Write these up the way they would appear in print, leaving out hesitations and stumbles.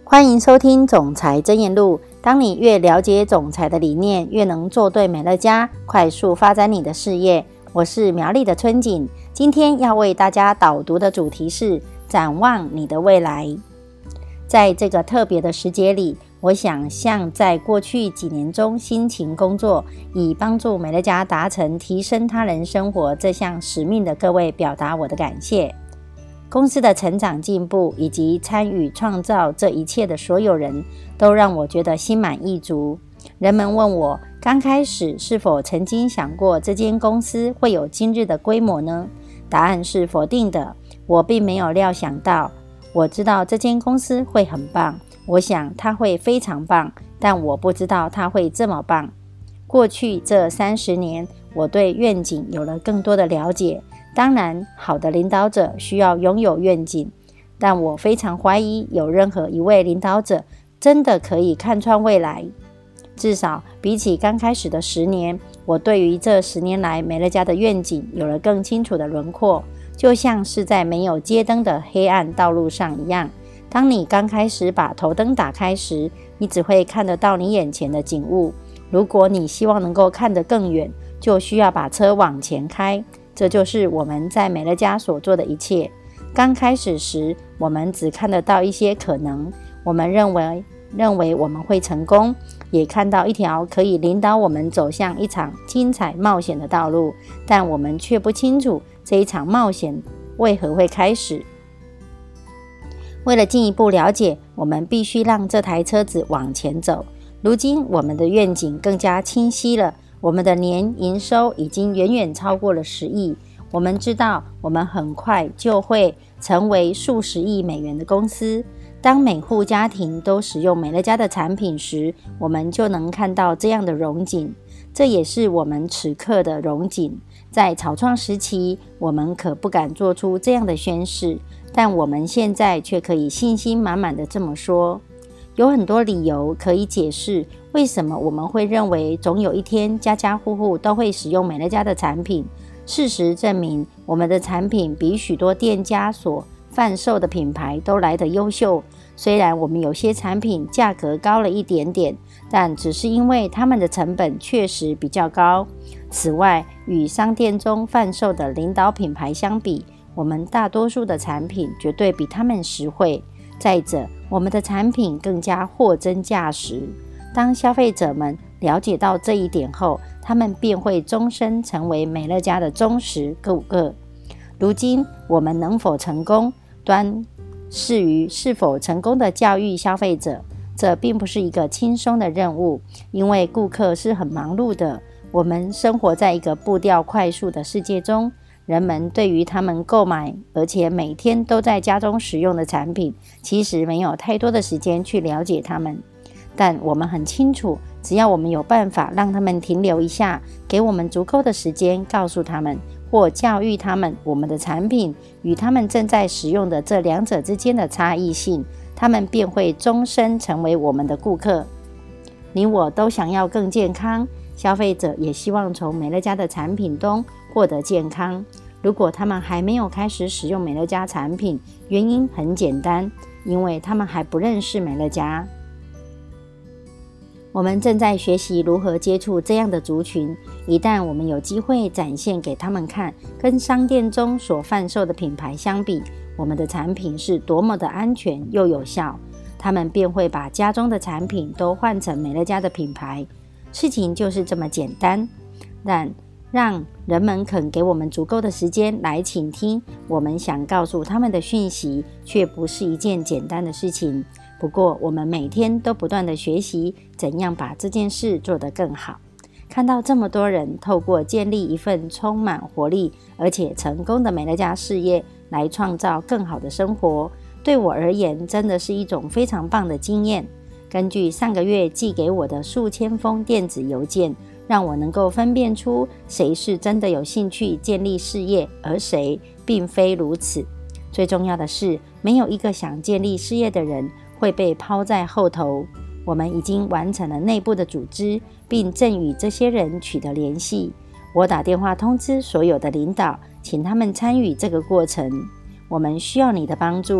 欢迎收听总裁真言录。当你越了解总裁的理念，越能做对美乐家，快速发展你的事业。我是苗栗的春景，今天要为大家导读的主题是展望你的未来。在这个特别的时节里，我想向在过去几年中辛勤工作，以帮助美乐家达成提升他人生活这项使命的各位表达我的感谢。公司的成长进步以及参与创造这一切的所有人都让我觉得心满意足。人们问我刚开始是否曾经想过这间公司会有今日的规模呢？答案是否定的。我并没有料想到，我知道这间公司会很棒，我想它会非常棒，但我不知道它会这么棒。过去这30年，我对愿景有了更多的了解。当然，好的领导者需要拥有愿景，但我非常怀疑有任何一位领导者真的可以看穿未来。至少比起刚开始的10年，我对于这10年来美乐家的愿景有了更清楚的轮廓，就像是在没有街灯的黑暗道路上一样。当你刚开始把头灯打开时，你只会看得到你眼前的景物。如果你希望能够看得更远，就需要把车往前开。这就是我们在美乐家所做的一切。刚开始时，我们只看得到一些可能，我们认为我们会成功，也看到一条可以领导我们走向一场精彩冒险的道路，但我们却不清楚这一场冒险为何会开始。为了进一步了解，我们必须让这台车子往前走。如今，我们的愿景更加清晰了。我们的年营收已经远远超过了10亿。我们知道，我们很快就会成为数十亿美元的公司。当每户家庭都使用美乐家的产品时，我们就能看到这样的荣景。这也是我们此刻的荣景。在草创时期，我们可不敢做出这样的宣誓，但我们现在却可以信心满满的这么说。有很多理由可以解释为什么我们会认为总有一天家家户户都会使用美乐家的产品。事实证明，我们的产品比许多店家所贩售的品牌都来得优秀。虽然我们有些产品价格高了一点点，但只是因为它们的成本确实比较高。此外，与商店中贩售的领导品牌相比，我们大多数的产品绝对比它们实惠。再者，我们的产品更加货真价实。当消费者们了解到这一点后，他们便会终身成为美乐家的忠实顾客。如今，我们能否成功，端视于是否成功的教育消费者。这并不是一个轻松的任务，因为顾客是很忙碌的。我们生活在一个步调快速的世界中，人们对于他们购买而且每天都在家中使用的产品，其实没有太多的时间去了解他们。但我们很清楚，只要我们有办法让他们停留一下，给我们足够的时间告诉他们或教育他们我们的产品与他们正在使用的这两者之间的差异性，他们便会终身成为我们的顾客。你我都想要更健康，消费者也希望从美乐家的产品中获得健康。如果他们还没有开始使用美乐家产品，原因很简单，因为他们还不认识美乐家。我们正在学习如何接触这样的族群。一旦我们有机会展现给他们看，跟商店中所贩售的品牌相比，我们的产品是多么的安全又有效，他们便会把家中的产品都换成美乐家的品牌。事情就是这么简单。但让人们肯给我们足够的时间来倾听我们想告诉他们的讯息，却不是一件简单的事情。不过，我们每天都不断地学习怎样把这件事做得更好。看到这么多人透过建立一份充满活力而且成功的美乐家事业来创造更好的生活，对我而言真的是一种非常棒的经验。根据上个月寄给我的数千封电子邮件，让我能够分辨出谁是真的有兴趣建立事业，而谁并非如此。最重要的是，没有一个想建立事业的人会被抛在后头。我们已经完成了内部的组织，并正与这些人取得联系。我打电话通知所有的领导，请他们参与这个过程。我们需要你的帮助。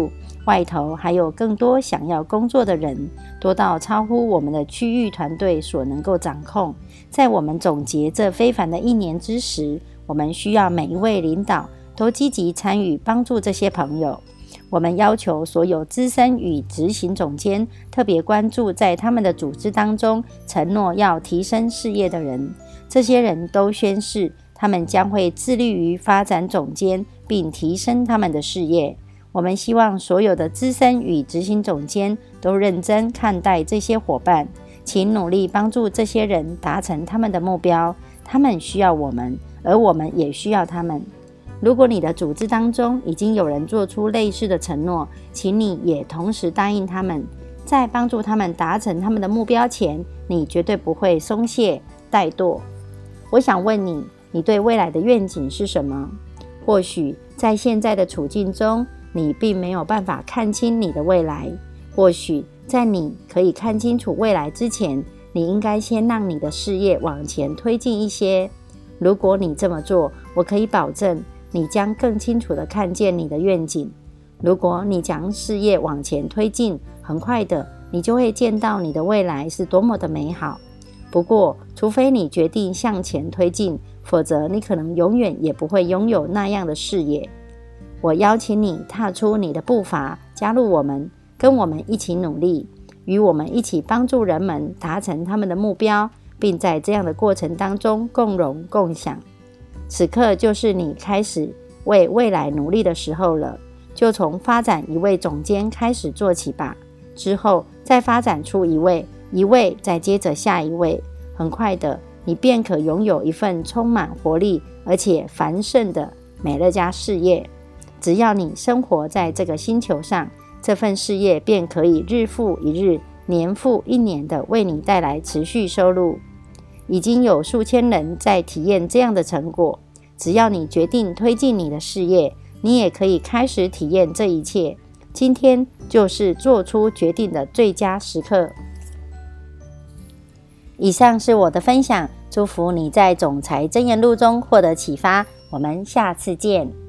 外头还有更多想要工作的人，多到超乎我们的区域团队所能够掌控。在我们总结这非凡的一年之时，我们需要每一位领导都积极参与帮助这些朋友。我们要求所有资深与执行总监特别关注在他们的组织当中承诺要提升事业的人。这些人都宣誓，他们将会致力于发展总监并提升他们的事业。我们希望所有的资深与执行总监都认真看待这些伙伴，请努力帮助这些人达成他们的目标。他们需要我们，而我们也需要他们。如果你的组织当中已经有人做出类似的承诺，请你也同时答应他们。在帮助他们达成他们的目标前，你绝对不会松懈怠惰。我想问你，你对未来的愿景是什么？或许在现在的处境中，你并没有办法看清你的未来。或许在你可以看清楚未来之前，你应该先让你的事业往前推进一些。如果你这么做，我可以保证你将更清楚地看见你的愿景。如果你将事业往前推进，很快的你就会见到你的未来是多么的美好。不过除非你决定向前推进，否则你可能永远也不会拥有那样的视野。我邀请你踏出你的步伐，加入我们，跟我们一起努力，与我们一起帮助人们达成他们的目标，并在这样的过程当中共荣共享。此刻就是你开始为未来努力的时候了，就从发展一位总监开始做起吧，之后再发展出一位，再接着下一位，很快的你便可拥有一份充满活力而且繁盛的美乐家事业。只要你生活在这个星球上，这份事业便可以日复一日，年复一年的为你带来持续收入。已经有数千人在体验这样的成果。只要你决定推进你的事业，你也可以开始体验这一切。今天就是做出决定的最佳时刻。以上是我的分享，祝福你在总裁箴言录中获得启发。我们下次见。